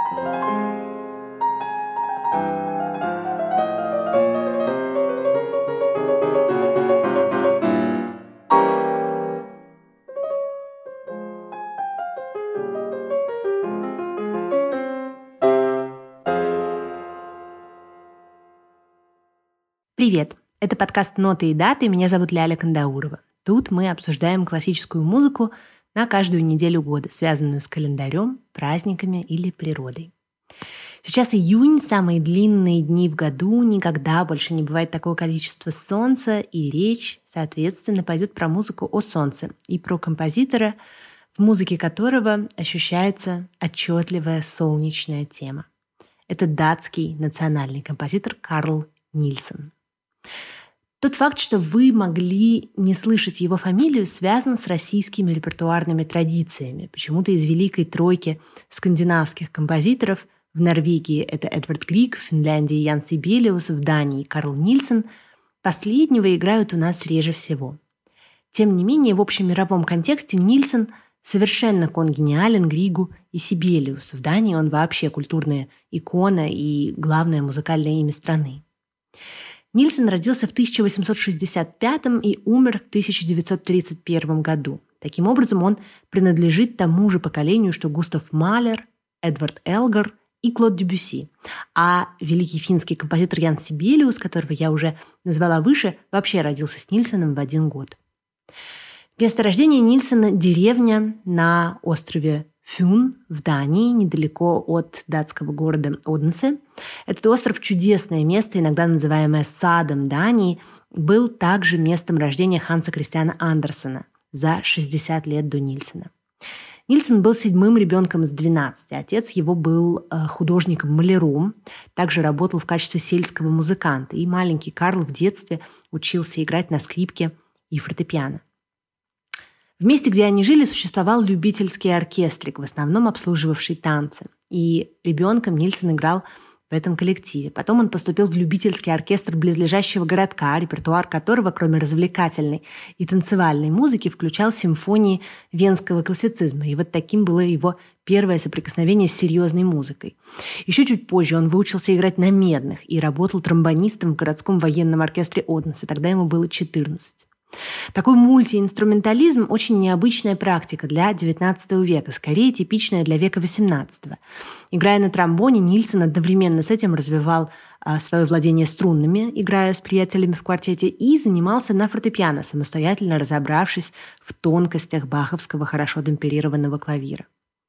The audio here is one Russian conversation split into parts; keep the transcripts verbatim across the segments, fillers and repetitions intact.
Привет! Это подкаст «Ноты и даты». Меня зовут Ляля Кандаурова. Тут мы обсуждаем классическую музыку на каждую неделю года, связанную с календарем, праздниками или природой. Сейчас июнь, самые длинные дни в году, никогда больше не бывает такого количества солнца, и речь, соответственно, пойдет про музыку о солнце и про композитора, в музыке которого ощущается отчетливая солнечная тема. Это датский национальный композитор Карл Нильсон. Тот факт, что вы могли не слышать его фамилию, связан с российскими репертуарными традициями. Почему-то из великой тройки скандинавских композиторов в Норвегии это Эдвард Григ, в Финляндии Ян Сибелиус, в Дании Карл Нильсон. Последнего играют у нас реже всего. Тем не менее, в общемировом контексте Нильсон совершенно конгениален Григу и Сибелиусу. В Дании он вообще культурная икона и главное музыкальное имя страны. Нильсон родился в тысяча восемьсот шестьдесят пятом и умер в тысяча девятьсот тридцать первом году. Таким образом, он принадлежит тому же поколению, что Густав Малер, Эдвард Элгар и Клод Дебюсси. А великий финский композитор Ян Сибелиус, которого я уже назвала выше, вообще родился с Нильсоном в один год. Место рождения Нильсона – деревня на острове Фюн в Дании, недалеко от датского города Оденсе. Этот остров – чудесное место, иногда называемое садом Дании, был также местом рождения Ханса Кристиана Андерсена за шестьдесят лет до Нильсона. Нильсон был седьмым ребенком из двенадцати. Отец его был художником-маляром, также работал в качестве сельского музыканта. И маленький Карл в детстве учился играть на скрипке и фортепиано. В месте, где они жили, существовал любительский оркестрик, в основном обслуживавший танцы. И ребенком Нильсон играл в этом коллективе. Потом он поступил в любительский оркестр близлежащего городка, репертуар которого, кроме развлекательной и танцевальной музыки, включал симфонии венского классицизма. И вот таким было его первое соприкосновение с серьезной музыкой. Еще чуть позже он выучился играть на медных и работал тромбонистом в городском военном оркестре Оденсе. Тогда ему было четырнадцать. Такой мультиинструментализм – очень необычная практика для девятнадцатого века, скорее типичная для века восемнадцатого. Играя на тромбоне, Нильсон одновременно с этим развивал а, свое владение струнными, играя с приятелями в квартете, и занимался на фортепиано, самостоятельно разобравшись в тонкостях баховского хорошо темперированного клавира.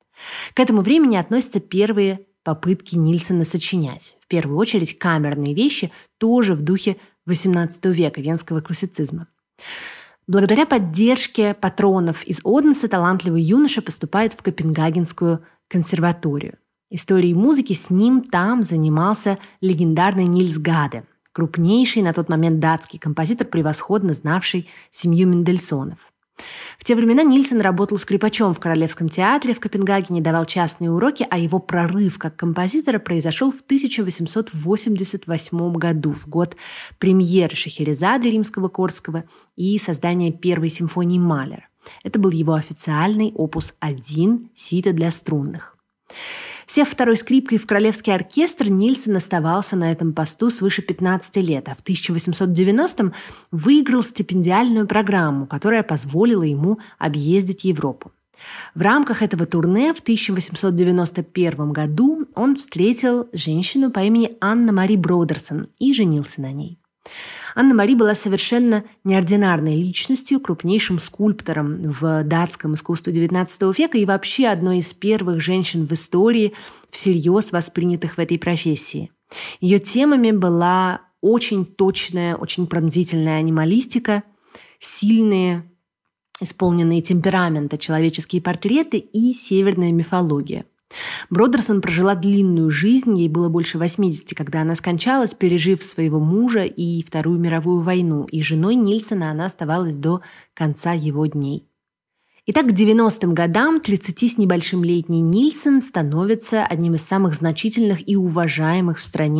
К этому времени относятся первые попытки Нильсона сочинять. В первую очередь камерные вещи, тоже в духе восемнадцатого века, венского классицизма. Благодаря поддержке патронов из Оденса талантливый юноша поступает в Копенгагенскую консерваторию. Историей музыки с ним там занимался легендарный Нильс Гаде, крупнейший на тот момент датский композитор, превосходно знавший семью Мендельсонов. В те времена Нильсон работал скрипачом в Королевском театре в Копенгагене, давал частные уроки, а его прорыв как композитора произошел в тысяча восемьсот восемьдесят восьмом году, в год премьеры Шахерезады Римского-Корского и создания первой симфонии Малера. Это был его официальный опус один «Сюита для струнных». Сев второй скрипкой в Королевский оркестр, Нильсон оставался на этом посту свыше пятнадцати лет, а в тысяча восемьсот девяностом выиграл стипендиальную программу, которая позволила ему объездить Европу. В рамках этого турне в тысяча восемьсот девяносто первом году он встретил женщину по имени Анна-Мари Бродерсон и женился на ней. Анна-Мари была совершенно неординарной личностью, крупнейшим скульптором в датском искусстве девятнадцатого века и вообще одной из первых женщин в истории, всерьез воспринятых в этой профессии. Ее темами была очень точная, очень пронзительная анималистика, сильные, исполненные темперамента человеческие портреты и северная мифология. Бродерсон прожила длинную жизнь, ей было больше восьмидесяти, когда она скончалась, пережив своего мужа и Вторую мировую войну, и женой Нильсона она оставалась до конца его дней. Итак, к девяностым годам тридцати с небольшим летний Нильсон становится одним из самых значительных и уважаемых в стране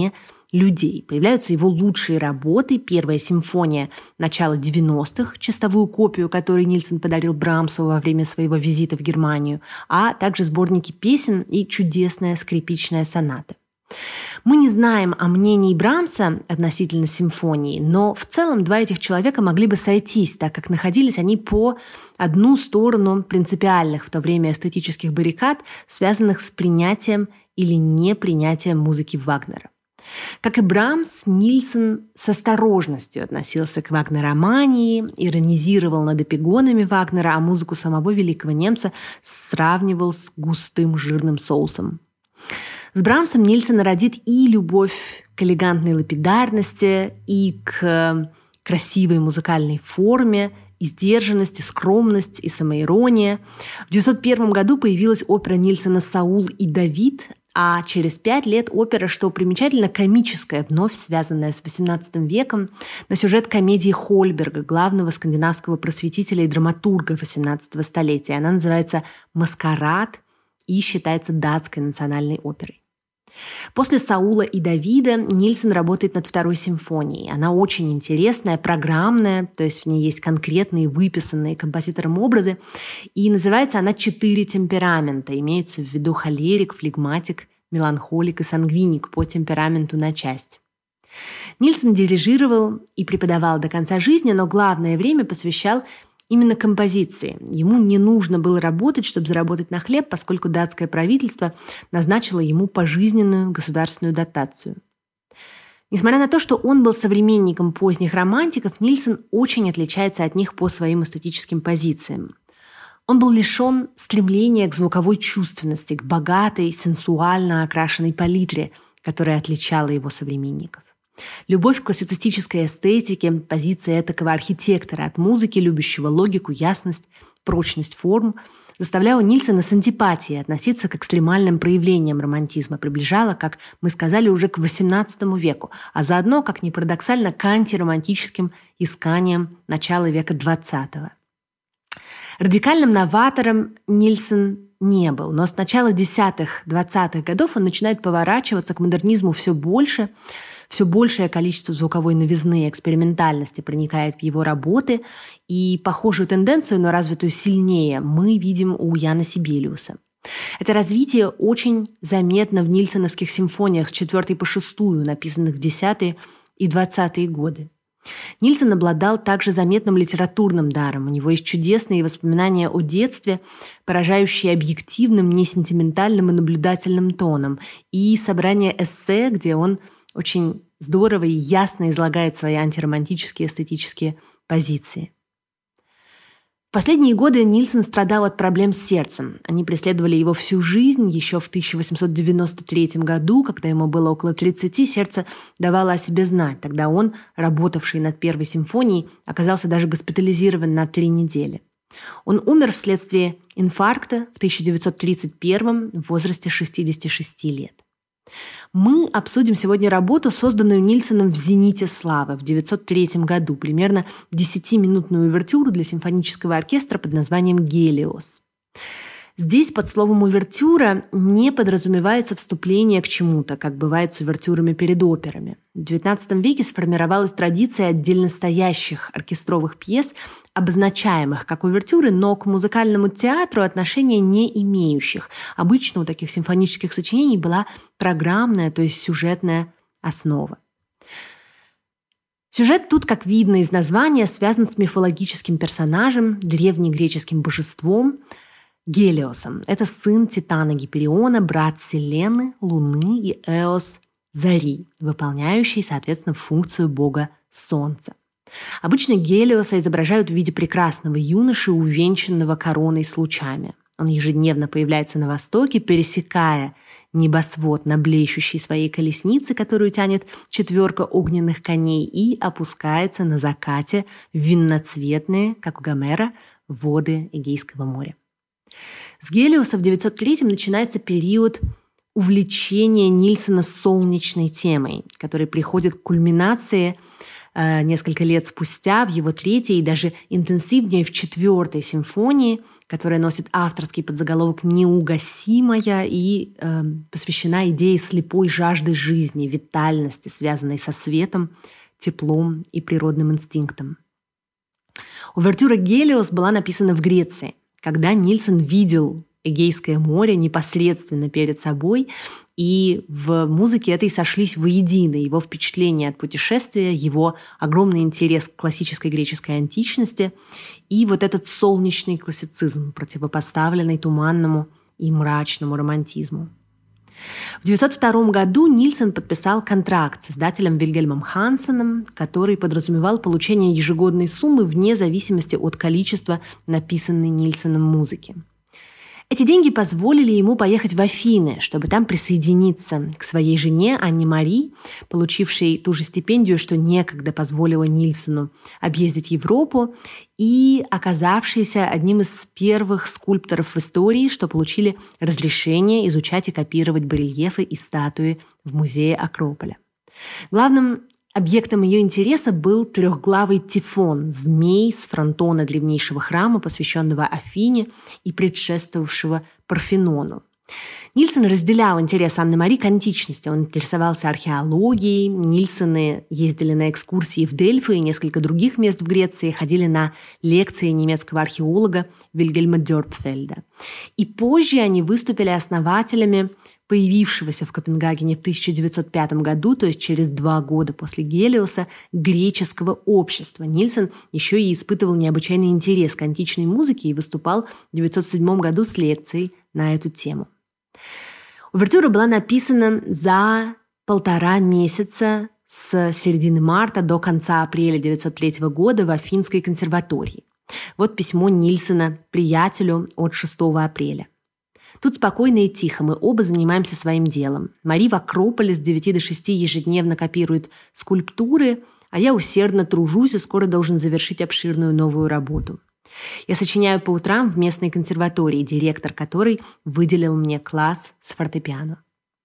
людей. Появляются его лучшие работы. Первая симфония начала девяностых, чистовую копию, которую Нильсон подарил Брамсу во время своего визита в Германию, а также сборники песен и чудесная скрипичная соната. Мы не знаем о мнении Брамса относительно симфонии, но в целом два этих человека могли бы сойтись, так как находились они по одну сторону принципиальных в то время эстетических баррикад, связанных с принятием или непринятием музыки Вагнера. Как и Брамс, Нильсон с осторожностью относился к вагнеромании, иронизировал над эпигонами Вагнера, а музыку самого великого немца сравнивал с густым жирным соусом. С Брамсом Нильсона родит и любовь к элегантной лапидарности, и к красивой музыкальной форме, и сдержанность, и скромность, и самоирония. В девятьсот первом году появилась опера Нильсона «Саул и Давид», а через пять лет опера, что примечательно, комическая, вновь связанная с восемнадцатым веком, на сюжет комедии Хольберга, главного скандинавского просветителя и драматурга восемнадцатого столетия. Она называется «Маскарад» и считается датской национальной оперой. После «Саула и Давида» Нильсон работает над второй симфонией. Она очень интересная, программная, то есть в ней есть конкретные выписанные композитором образы, и называется она «Четыре темперамента». Имеются в виду холерик, флегматик, меланхолик и сангвиник по темпераменту на часть. Нильсон дирижировал и преподавал до конца жизни, но главное время посвящал именно композиции. Ему не нужно было работать, чтобы заработать на хлеб, поскольку датское правительство назначило ему пожизненную государственную дотацию. Несмотря на то, что он был современником поздних романтиков, Нильсон очень отличается от них по своим эстетическим позициям. Он был лишен стремления к звуковой чувственности, к богатой, сенсуально окрашенной палитре, которая отличала его современников. Любовь к классицистической эстетике, позиция этакого архитектора от музыки, любящего логику, ясность, прочность форм, заставляла Нильсона с антипатией относиться к экстремальным проявлениям романтизма, приближала, как мы сказали, уже к восемнадцатому веку, а заодно, как ни парадоксально, к антиромантическим исканиям начала века двадцатого. Радикальным новатором Нильсон не был, но с начала десятых-двадцатых годов он начинает поворачиваться к модернизму все больше. Все большее количество звуковой новизны и экспериментальности проникает в его работы, и похожую тенденцию, но развитую сильнее, мы видим у Яна Сибелиуса. Это развитие очень заметно в нильсоновских симфониях с четвертой по шестую, написанных в десятые и двадцатые годы. Нильсон обладал также заметным литературным даром. У него есть чудесные воспоминания о детстве, поражающие объективным, несентиментальным и наблюдательным тоном, и собрание эссе, где он очень здорово и ясно излагает свои антиромантические эстетические позиции. В последние годы Нильсон страдал от проблем с сердцем. Они преследовали его всю жизнь. Еще в тысяча восемьсот девяносто третьем году, когда ему было около тридцати, сердце давало о себе знать. Тогда он, работавший над первой симфонией, оказался даже госпитализирован на три недели. Он умер вследствие инфаркта в тысяча девятьсот тридцать первом в возрасте шестидесяти шести лет. Мы обсудим сегодня работу, созданную Нильсоном в «Зените славы» в девятьсот третьем году, примерно десятиминутную увертюру для симфонического оркестра под названием «Гелиос». Здесь под словом «увертюра» не подразумевается вступление к чему-то, как бывает с увертюрами перед операми. В девятнадцатом веке сформировалась традиция отдельно стоящих оркестровых пьес, обозначаемых как увертюры, но к музыкальному театру отношения не имеющих. Обычно у таких симфонических сочинений была программная, то есть сюжетная основа. Сюжет тут, как видно из названия, связан с мифологическим персонажем, древнегреческим божеством Гелиосом. Это сын Титана Гипериона, брат Селены, Луны и Эос Зари, выполняющий, соответственно, функцию бога Солнца. Обычно Гелиоса изображают в виде прекрасного юноши, увенчанного короной с лучами. Он ежедневно появляется на востоке, пересекая небосвод на блещущей своей колеснице, которую тянет четверка огненных коней, и опускается на закате в винноцветные, как у Гомера, воды Эгейского моря. С Гелиоса в девятьсот третьем начинается период увлечения Нильсона солнечной темой, который приходит к кульминации э, несколько лет спустя в его третьей и даже интенсивнее в четвертой симфонии, которая носит авторский подзаголовок «Неугасимая» и э, посвящена идее слепой жажды жизни, витальности, связанной со светом, теплом и природным инстинктом. Увертюра «Гелиос» была написана в Греции, когда Нильсон видел Эгейское море непосредственно перед собой, и в музыке этой сошлись воедино его впечатления от путешествия, его огромный интерес к классической греческой античности и вот этот солнечный классицизм, противопоставленный туманному и мрачному романтизму. В тысяча девятьсот втором году Нильсон подписал контракт с издателем Вильгельмом Хансеном, который подразумевал получение ежегодной суммы вне зависимости от количества написанной Нильсоном музыки. Эти деньги позволили ему поехать в Афины, чтобы там присоединиться к своей жене Анне Мари, получившей ту же стипендию, что некогда позволила Нильсону объездить Европу, и оказавшейся одним из первых скульпторов в истории, что получили разрешение изучать и копировать барельефы и статуи в музее Акрополя. Главным объектом ее интереса был трехглавый Тифон, змей с фронтона древнейшего храма, посвященного Афине и предшествовавшего Парфенону. Нильсон разделял интерес Анны Мари к античности. Он интересовался археологией. Нильсоны ездили на экскурсии в Дельфы и несколько других мест в Греции, ходили на лекции немецкого археолога Вильгельма Дёрпфельда. И позже они выступили основателями появившегося в Копенгагене в тысяча девятьсот пятом году, то есть через два года после Гелиоса, греческого общества. Нильсон еще и испытывал необычайный интерес к античной музыке и выступал в тысяча девятьсот седьмом году с лекцией на эту тему. Увертюра была написана за полтора месяца с середины марта до конца апреля тысяча девятьсот третьего года в Афинской консерватории. Вот письмо Нильсона приятелю от шестого апреля. Тут спокойно и тихо, мы оба занимаемся своим делом. Мари в Акрополе с девяти до шести ежедневно копирует скульптуры, а я усердно тружусь и скоро должен завершить обширную новую работу. Я сочиняю по утрам в местной консерватории, директор которой выделил мне класс с фортепиано.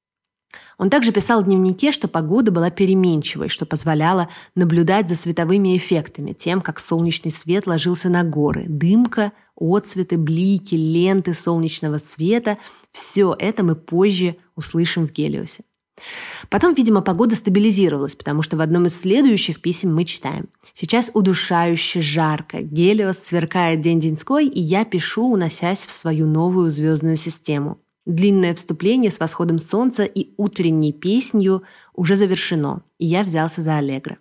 Он также писал в дневнике, что погода была переменчивой, что позволяло наблюдать за световыми эффектами, тем, как солнечный свет ложился на горы, дымка, отцветы, блики, ленты солнечного света – все это мы позже услышим в Гелиосе. Потом, видимо, погода стабилизировалась, потому что в одном из следующих писем мы читаем: «Сейчас удушающе жарко, Гелиос сверкает день-деньской, и я пишу, уносясь в свою новую звездную систему. Длинное вступление с восходом солнца и утренней песнью уже завершено, и я взялся за аллегро».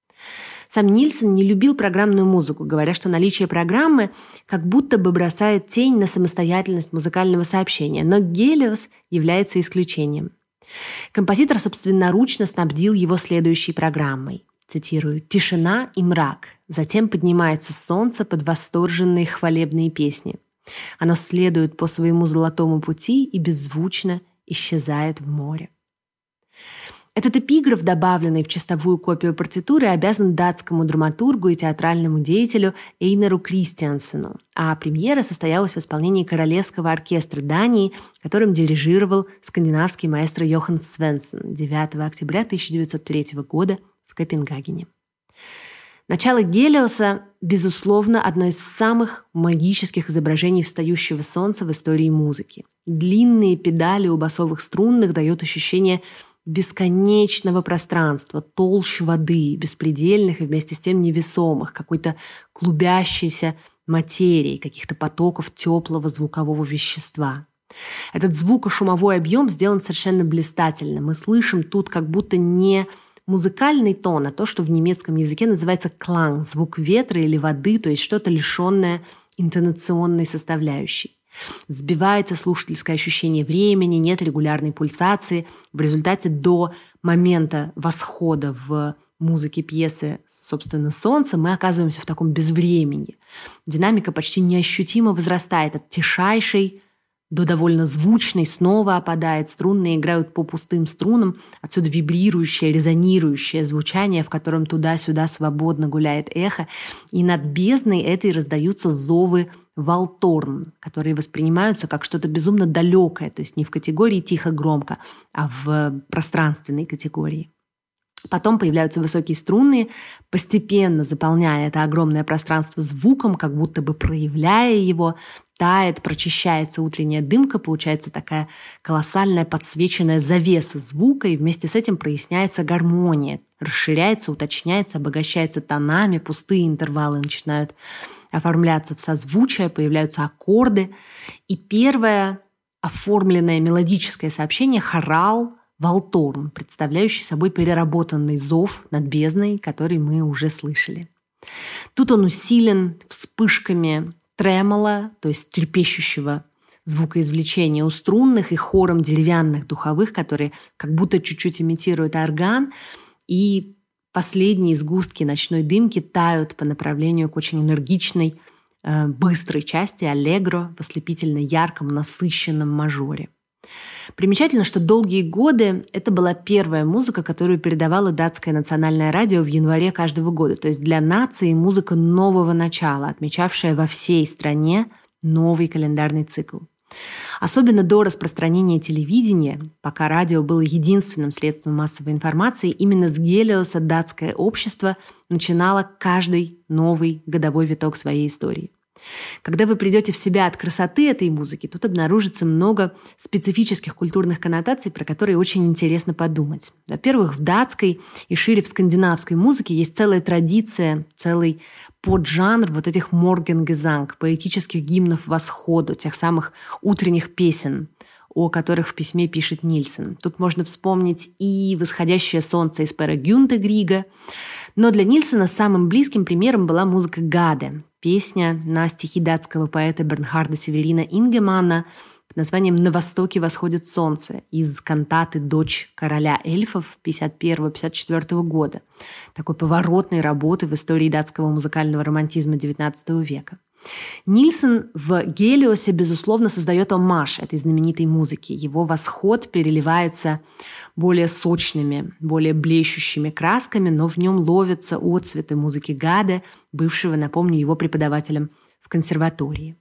Сам Нильсон не любил программную музыку, говоря, что наличие программы как будто бы бросает тень на самостоятельность музыкального сообщения, но Гелиос является исключением. Композитор собственноручно снабдил его следующей программой. Цитирую: «Тишина и мрак. Затем поднимается солнце под восторженные хвалебные песни. Оно следует по своему золотому пути и беззвучно исчезает в море». Этот эпиграф, добавленный в чистовую копию партитуры, обязан датскому драматургу и театральному деятелю Эйнару Кристиансену, а премьера состоялась в исполнении Королевского оркестра Дании, которым дирижировал скандинавский маэстро Йохан Свенсон девятого октября тысяча девятьсот третьего года в Копенгагене. Начало Гелиоса, безусловно, одно из самых магических изображений встающего солнца в истории музыки. Длинные педали у басовых струнных дают ощущение бесконечного пространства, толщ воды, беспредельных и вместе с тем невесомых, какой-то клубящейся материи, каких-то потоков теплого звукового вещества. Этот звукошумовой объем сделан совершенно блистательно. Мы слышим тут как будто не музыкальный тон, а то, что в немецком языке называется кланг, звук ветра или воды, то есть что-то лишенное интонационной составляющей. Сбивается слушательское ощущение времени, нет регулярной пульсации. В результате до момента восхода в музыке пьесы, собственно, «Солнце» мы оказываемся в таком безвременье. Динамика почти неощутимо возрастает от тишайшей до довольно звучной, снова опадает, струнные играют по пустым струнам, отсюда вибрирующее, резонирующее звучание, в котором туда-сюда свободно гуляет эхо, и над бездной этой раздаются зовы валторн, которые воспринимаются как что-то безумно далекое, то есть не в категории тихо-громко, а в пространственной категории. Потом появляются высокие струнные, постепенно заполняя это огромное пространство звуком, как будто бы проявляя его, тает, прочищается утренняя дымка, получается такая колоссальная подсвеченная завеса звука, и вместе с этим проясняется гармония, расширяется, уточняется, обогащается тонами, пустые интервалы начинают оформляться в созвучие, появляются аккорды. И первое оформленное мелодическое сообщение — хорал «Валторн», представляющий собой переработанный зов над бездной, который мы уже слышали. Тут он усилен вспышками тремоло, то есть трепещущего звукоизвлечения у струнных, и хором деревянных духовых, которые как будто чуть-чуть имитируют орган, и последние сгустки ночной дымки тают по направлению к очень энергичной, быстрой части аллегро в ослепительно ярком, насыщенном мажоре. Примечательно, что долгие годы это была первая музыка, которую передавало датское национальное радио в январе каждого года. То есть для нации музыка нового начала, отмечавшая во всей стране новый календарный цикл. Особенно до распространения телевидения, пока радио было единственным средством массовой информации, именно с Гелиоса датское общество начинало каждый новый годовой виток своей истории. Когда вы придете в себя от красоты этой музыки, тут обнаружится много специфических культурных коннотаций, про которые очень интересно подумать. Во-первых, в датской и шире в скандинавской музыке есть целая традиция, целый поджанр вот этих моргенгезанг, поэтических гимнов восходу, тех самых утренних песен, о которых в письме пишет Нильсен. Тут можно вспомнить и «Восходящее солнце» из Пера Гюнта Грига, но для Нильсена самым близким примером была музыка Гаде, песня на стихи датского поэта Бернхарда Северина Ингеманна под названием «На востоке восходит солнце» из кантаты «Дочь короля эльфов» пятьдесят первого — пятьдесят четвёртого года, такой поворотной работы в истории датского музыкального романтизма девятнадцатого века. Нильсен в Гелиосе, безусловно, создает оммаж этой знаменитой музыки. Его восход переливается более сочными, более блещущими красками, но в нем ловятся отцветы музыки Гаде, бывшего, напомню, его преподавателем в консерватории.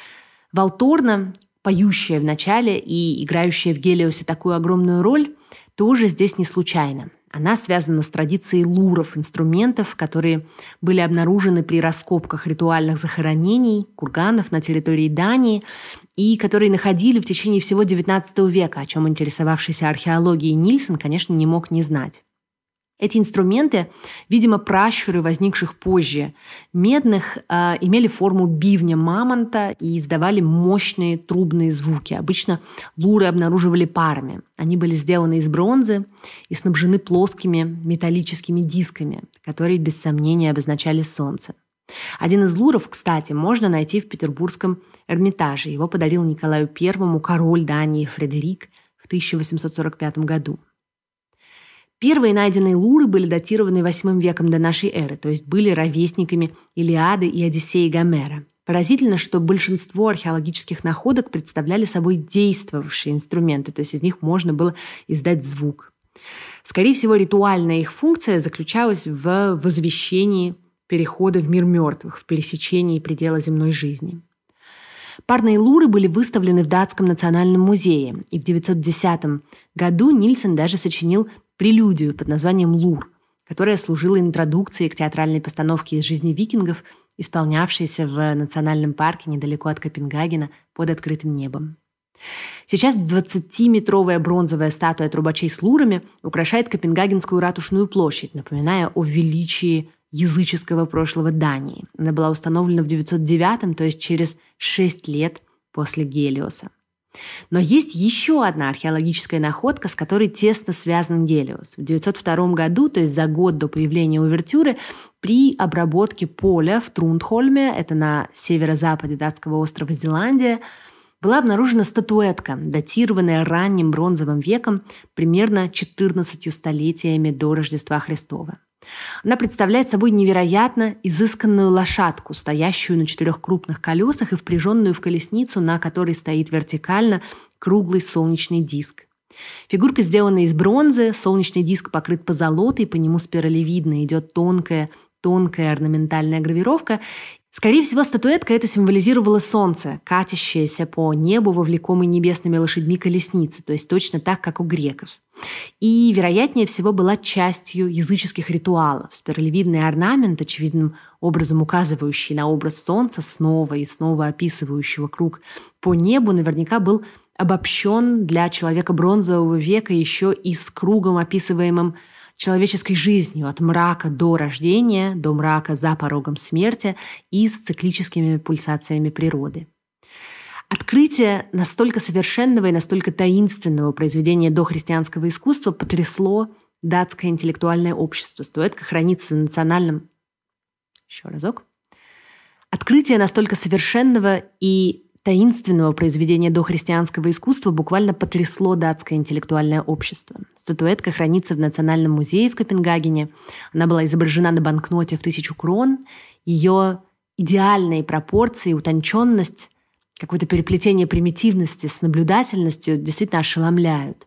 Валторна, поющая в начале и играющая в Гелиосе такую огромную роль, тоже здесь не случайно. Она связана с традицией луров, инструментов, которые были обнаружены при раскопках ритуальных захоронений, курганов на территории Дании, и которые находили в течение всего девятнадцатого века, о чем интересовавшийся археологией Нильсен, конечно, не мог не знать. Эти инструменты, видимо, пращуры, возникших позже, медных, э, имели форму бивня мамонта и издавали мощные трубные звуки. Обычно луры обнаруживали парами. Они были сделаны из бронзы и снабжены плоскими металлическими дисками, которые, без сомнения, обозначали солнце. Один из луров, кстати, можно найти в Петербургском Эрмитаже. Его подарил Николаю Первому король Дании Фредерик в тысяча восемьсот сорок пятом году. Первые найденные луры были датированы восьмым веком до нашей эры, то есть были ровесниками Илиады и Одиссеи Гомера. Поразительно, что большинство археологических находок представляли собой действовавшие инструменты, то есть из них можно было издать звук. Скорее всего, ритуальная их функция заключалась в возвещении перехода в мир мертвых, в пересечении предела земной жизни. Парные луры были выставлены в Датском национальном музее, и в девятьсот десятом году Нильсен даже сочинил прелюдию под названием «Лур», которая служила интродукцией к театральной постановке из жизни викингов, исполнявшейся в национальном парке недалеко от Копенгагена под открытым небом. Сейчас двадцатиметровая бронзовая статуя трубачей с лурами украшает Копенгагенскую ратушную площадь, напоминая о величии языческого прошлого Дании. Она была установлена в девятьсот девятом, то есть через шесть лет после Гелиоса. Но есть еще одна археологическая находка, с которой тесно связан Гелиос. В девятьсот втором году, то есть за год до появления увертюры, при обработке поля в Трундхольме, это на северо-западе датского острова Зеландия, была обнаружена статуэтка, датированная ранним бронзовым веком, примерно четырнадцатью столетиями до Рождества Христова. Она представляет собой невероятно изысканную лошадку, стоящую на четырех крупных колесах и впряженную в колесницу, на которой стоит вертикально круглый солнечный диск. Фигурка сделана из бронзы, солнечный диск покрыт позолотой, по нему спиралевидно идет тонкая, тонкая орнаментальная гравировка, Скорее всего, статуэтка это символизировала солнце, катящееся по небу, вовлекомой небесными лошадьми колесницы, то есть точно так, как у греков. И, вероятнее всего, была частью языческих ритуалов. Спиралевидный орнамент, очевидным образом указывающий на образ солнца, снова и снова описывающего круг по небу, наверняка был обобщен для человека бронзового века еще и с кругом, описываемым человеческой жизнью от мрака до рождения, до мрака за порогом смерти и с циклическими пульсациями природы. Открытие настолько совершенного и настолько таинственного произведения дохристианского искусства потрясло датское интеллектуальное общество. Статуэтка хранится в национальном... Еще разок. Открытие настолько совершенного и таинственного произведения дохристианского искусства буквально потрясло датское интеллектуальное общество. Статуэтка хранится в Национальном музее в Копенгагене. Она была изображена на банкноте в тысячу крон. Ее идеальные пропорции, утонченность, какое-то переплетение примитивности с наблюдательностью действительно ошеломляют.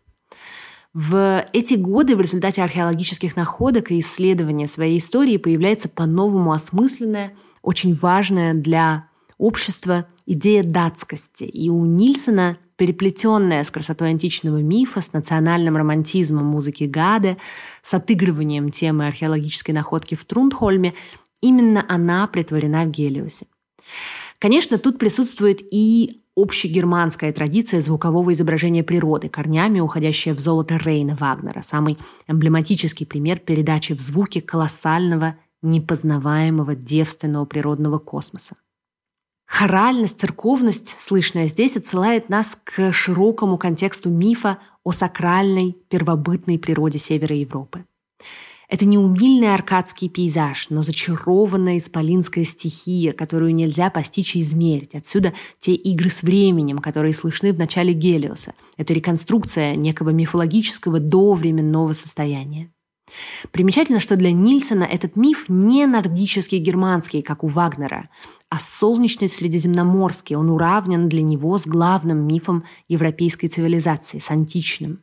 В эти годы в результате археологических находок и исследования своей истории появляется по-новому осмысленная, очень важная для общества идея датскости. И у Нильсена, переплетенная с красотой античного мифа, с национальным романтизмом музыки Гаде, с отыгрыванием темы археологической находки в Трундхольме, именно она претворена в Гелиосе. Конечно, тут присутствует и общегерманская традиция звукового изображения природы, корнями уходящая в золото Рейна Вагнера, самый эмблематический пример передачи в звуке колоссального, непознаваемого, девственного природного космоса. Хоральность, церковность, слышная здесь, отсылает нас к широкому контексту мифа о сакральной, первобытной природе Севера Европы. Это не умильный аркадский пейзаж, но зачарованная исполинская стихия, которую нельзя постичь и измерить. Отсюда те игры с временем, которые слышны в начале Гелиоса. Это реконструкция некого мифологического довременного состояния. Примечательно, что для Нильсена этот миф не нордический германский, как у Вагнера, а солнечный средиземноморский. Он уравнен для него с главным мифом европейской цивилизации, с античным.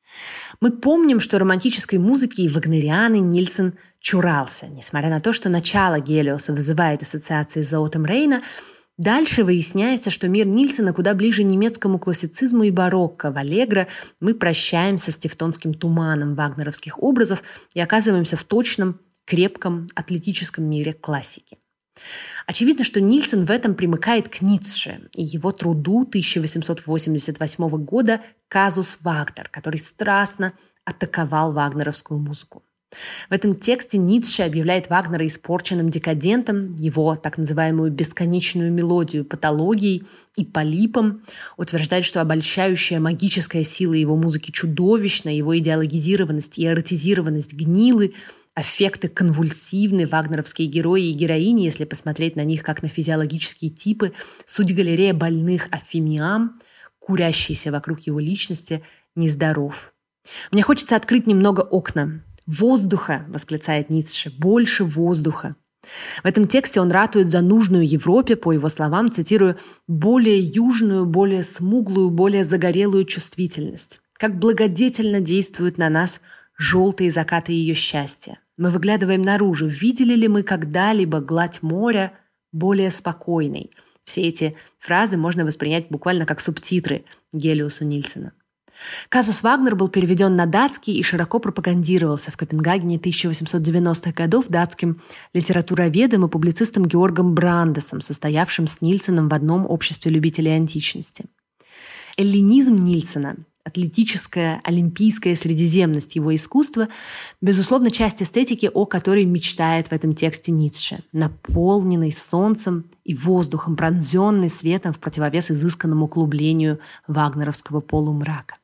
Мы помним, что романтической музыки и вагнерианы Нильсен чурался. Несмотря на то, что начало Гелиоса вызывает ассоциации с золотом Рейна, дальше выясняется, что мир Нильсена куда ближе немецкому классицизму и барокко. В «Аллегро» мы прощаемся с тевтонским туманом вагнеровских образов и оказываемся в точном, крепком, атлетическом мире классики. Очевидно, что Нильсен в этом примыкает к Ницше и его труду тысяча восемьсот восемьдесят восьмого года «Казус Вагнер», который страстно атаковал вагнеровскую музыку. В этом тексте Ницше объявляет Вагнера испорченным декадентом, его так называемую бесконечную мелодию патологией и полипом, утверждает, что обольщающая магическая сила его музыки чудовищна, его идеологизированность и эротизированность гнилы, аффекты конвульсивны, вагнеровские герои и героини, если посмотреть на них как на физиологические типы, суть галерея больных, а фимиам, курящийся вокруг его личности, нездоров. Мне хочется открыть немного окна. «Воздуха!» — восклицает Ницше. «Больше воздуха!» В этом тексте он ратует за нужную Европе, по его словам, цитирую, «более южную, более смуглую, более загорелую чувствительность. Как благодетельно действуют на нас желтые закаты ее счастья. Мы выглядываем наружу. Видели ли мы когда-либо гладь моря более спокойной?» Все эти фразы можно воспринять буквально как субтитры Гелиосу Нильсена. «Казус Вагнер» был переведен на датский и широко пропагандировался в Копенгагене тысяча восемьсот девяностых годов датским литературоведом и публицистом Георгом Брандесом, состоявшим с Нильсеном в одном обществе любителей античности. Эллинизм Нильсена, атлетическая, олимпийская средиземность его искусства, безусловно, часть эстетики, о которой мечтает в этом тексте Ницше, наполненный солнцем и воздухом, пронзенный светом в противовес изысканному углублению вагнеровского полумрака.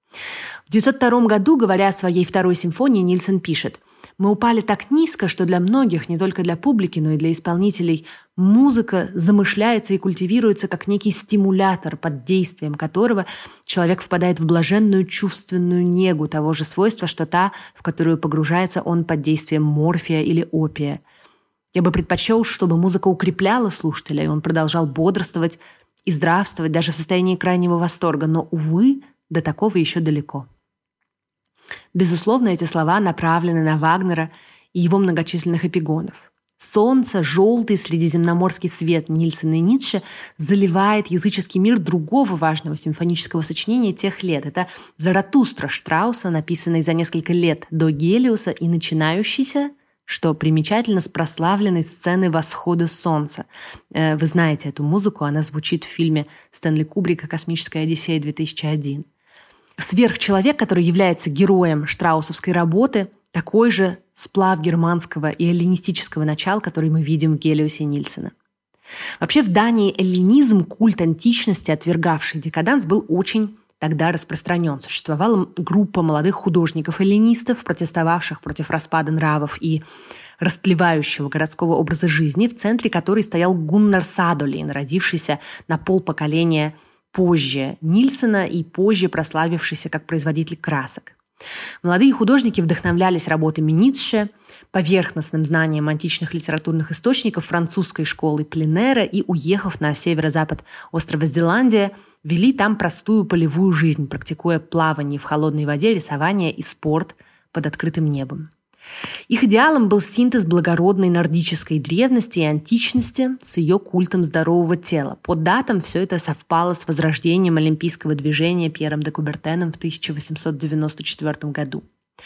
В девятьсот втором году, говоря о своей второй симфонии, Нильсен пишет: «Мы упали так низко, что для многих, не только для публики, но и для исполнителей, музыка замышляется и культивируется как некий стимулятор, под действием которого человек впадает в блаженную чувственную негу того же свойства, что та, в которую погружается он под действием морфия или опия. Я бы предпочел, чтобы музыка укрепляла слушателя, и он продолжал бодрствовать и здравствовать даже в состоянии крайнего восторга, но, увы, до такого еще далеко». Безусловно, эти слова направлены на Вагнера и его многочисленных эпигонов. Солнце, желтый средиземноморский свет Нильсена и Ницше заливает языческий мир другого важного симфонического сочинения тех лет. Это «Заратустра» Штрауса, написанный за несколько лет до Гелиоса и начинающийся, что примечательно, с прославленной сцены восхода солнца. Вы знаете эту музыку, она звучит в фильме Стэнли Кубрика «Космическая Одиссея» две тысячи один. Сверхчеловек, который является героем штраусовской работы, такой же сплав германского и эллинистического начала, который мы видим в Гелиосе Нильсена. Вообще в Дании эллинизм, культ античности, отвергавший декаданс, был очень тогда распространен. Существовала группа молодых художников-эллинистов, протестовавших против распада нравов и растлевающего городского образа жизни, в центре которой стоял Гуннар Садолин, родившийся на полпоколения позже Нильсена и позже прославившийся как производитель красок. Молодые художники вдохновлялись работами Ницше, поверхностным знанием античных литературных источников, французской школы Пленера и, уехав на северо-запад острова Зеландия, вели там простую полевую жизнь, практикуя плавание в холодной воде, рисование и спорт под открытым небом. Их идеалом был синтез благородной нордической древности и античности с ее культом здорового тела. По датам все это совпало с возрождением олимпийского движения Пьером де Кубертеном в тысяча восемьсот девяносто четвёртом году.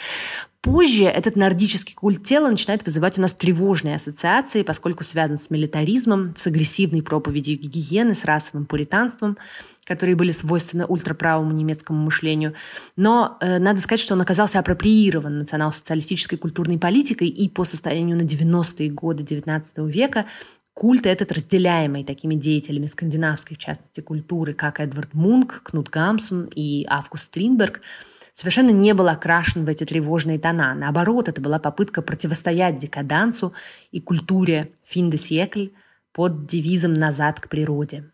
Позже этот нордический культ тела начинает вызывать у нас тревожные ассоциации, поскольку связан с милитаризмом, с агрессивной проповедью гигиены, с расовым пуританством, которые были свойственны ультраправому немецкому мышлению. Но э, надо сказать, что он оказался апроприирован национал-социалистической культурной политикой, и по состоянию на девяностые годы девятнадцатого века культ этот, разделяемый такими деятелями скандинавской, в частности, культуры, как Эдвард Мунк, Кнут Гамсун и Август Стринберг, совершенно не был окрашен в эти тревожные тона. Наоборот, это была попытка противостоять декадансу и культуре «fin de siècle» под девизом «назад к природе».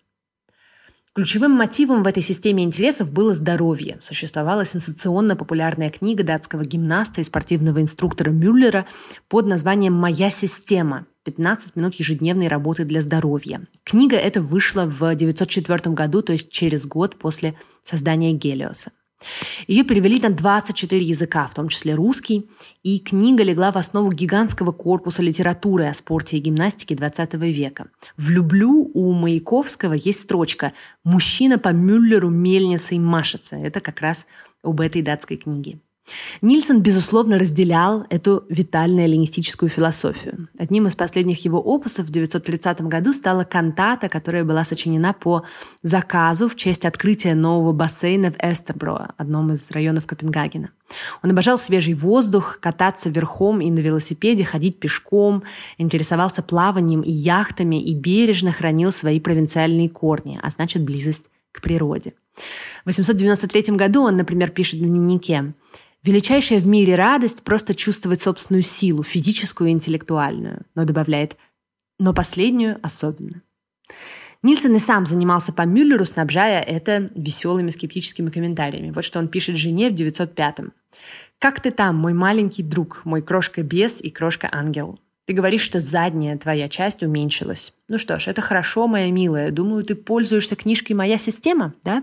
Ключевым мотивом в этой системе интересов было здоровье. Существовала сенсационно-популярная книга датского гимнаста и спортивного инструктора Мюллера под названием «Моя система. пятнадцать минут ежедневной работы для здоровья». Книга эта вышла в девятьсот четвёртом году, то есть через год после создания Гелиоса. Ее перевели на двадцать четыре языка, в том числе русский, и книга легла в основу гигантского корпуса литературы о спорте и гимнастике двадцатого века. В «Люблю» у Маяковского есть строчка «Мужчина по Мюллеру мельницей машется». Это как раз об этой датской книге. Нильсен, безусловно, разделял эту витально-эллинистическую философию. Одним из последних его опусов в девятьсот тридцатом году стала кантата, которая была сочинена по заказу в честь открытия нового бассейна в Эстербро, одном из районов Копенгагена. Он обожал свежий воздух, кататься верхом и на велосипеде, ходить пешком, интересовался плаванием и яхтами и бережно хранил свои провинциальные корни, а значит, близость к природе. В восемьсот девяносто третьем году он, например, пишет в дневнике: «Величайшая в мире радость – просто чувствовать собственную силу, физическую и интеллектуальную». Но добавляет «но последнюю особенно». Нильсен и сам занимался по Мюллеру, снабжая это веселыми скептическими комментариями. Вот что он пишет жене в девятьсот пятом. «Как ты там, мой маленький друг, мой крошка-бес и крошка-ангел? Ты говоришь, что задняя твоя часть уменьшилась. Ну что ж, это хорошо, моя милая. Думаю, ты пользуешься книжкой «Моя система», да?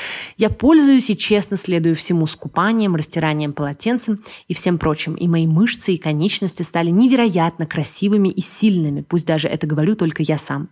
Я пользуюсь и честно следую всему с купанием, растиранием полотенцем и всем прочим. И мои мышцы и конечности стали невероятно красивыми и сильными, пусть даже это говорю только я сам».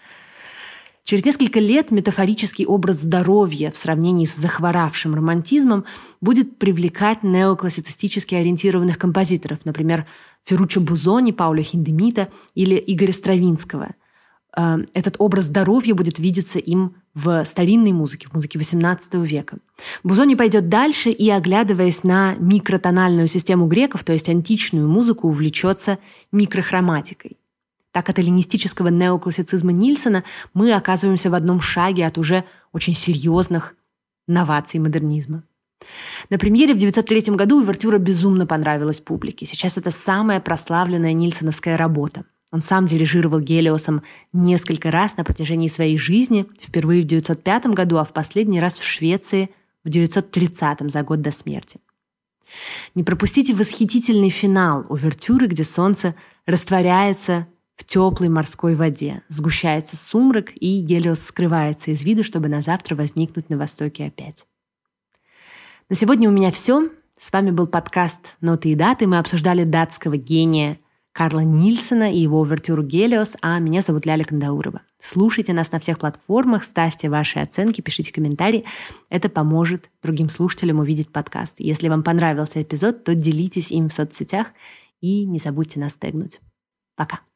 Через несколько лет метафорический образ здоровья в сравнении с захворавшим романтизмом будет привлекать неоклассицистически ориентированных композиторов, например, Ферруччо Бузони, Пауля Хиндемита или Игоря Стравинского. Этот образ здоровья будет видеться им в старинной музыке, в музыке восемнадцатого века. Бузони пойдет дальше и, оглядываясь на микротональную систему греков, то есть античную музыку, увлечется микрохроматикой. Так от эллинистического неоклассицизма Нильсена мы оказываемся в одном шаге от уже очень серьезных новаций модернизма. На премьере в девятьсот третьем году увертюра безумно понравилась публике. Сейчас это самая прославленная нильсеновская работа. Он сам дирижировал Гелиосом несколько раз на протяжении своей жизни, впервые в девятьсот пятом году, а в последний раз в Швеции в девятьсот тридцатом, за год до смерти. Не пропустите восхитительный финал увертюры, где солнце растворяется в теплой морской воде, сгущается сумрак, и Гелиос скрывается из виду, чтобы на завтра возникнуть на востоке опять. На сегодня у меня все. С вами был подкаст «Ноты и даты». Мы обсуждали датского гения Карла Нильсона и его увертюру «Гелиос», а меня зовут Ляля Кандаурова. Слушайте нас на всех платформах, ставьте ваши оценки, пишите комментарии. Это поможет другим слушателям увидеть подкаст. Если вам понравился эпизод, то делитесь им в соцсетях и не забудьте нас тегнуть. Пока!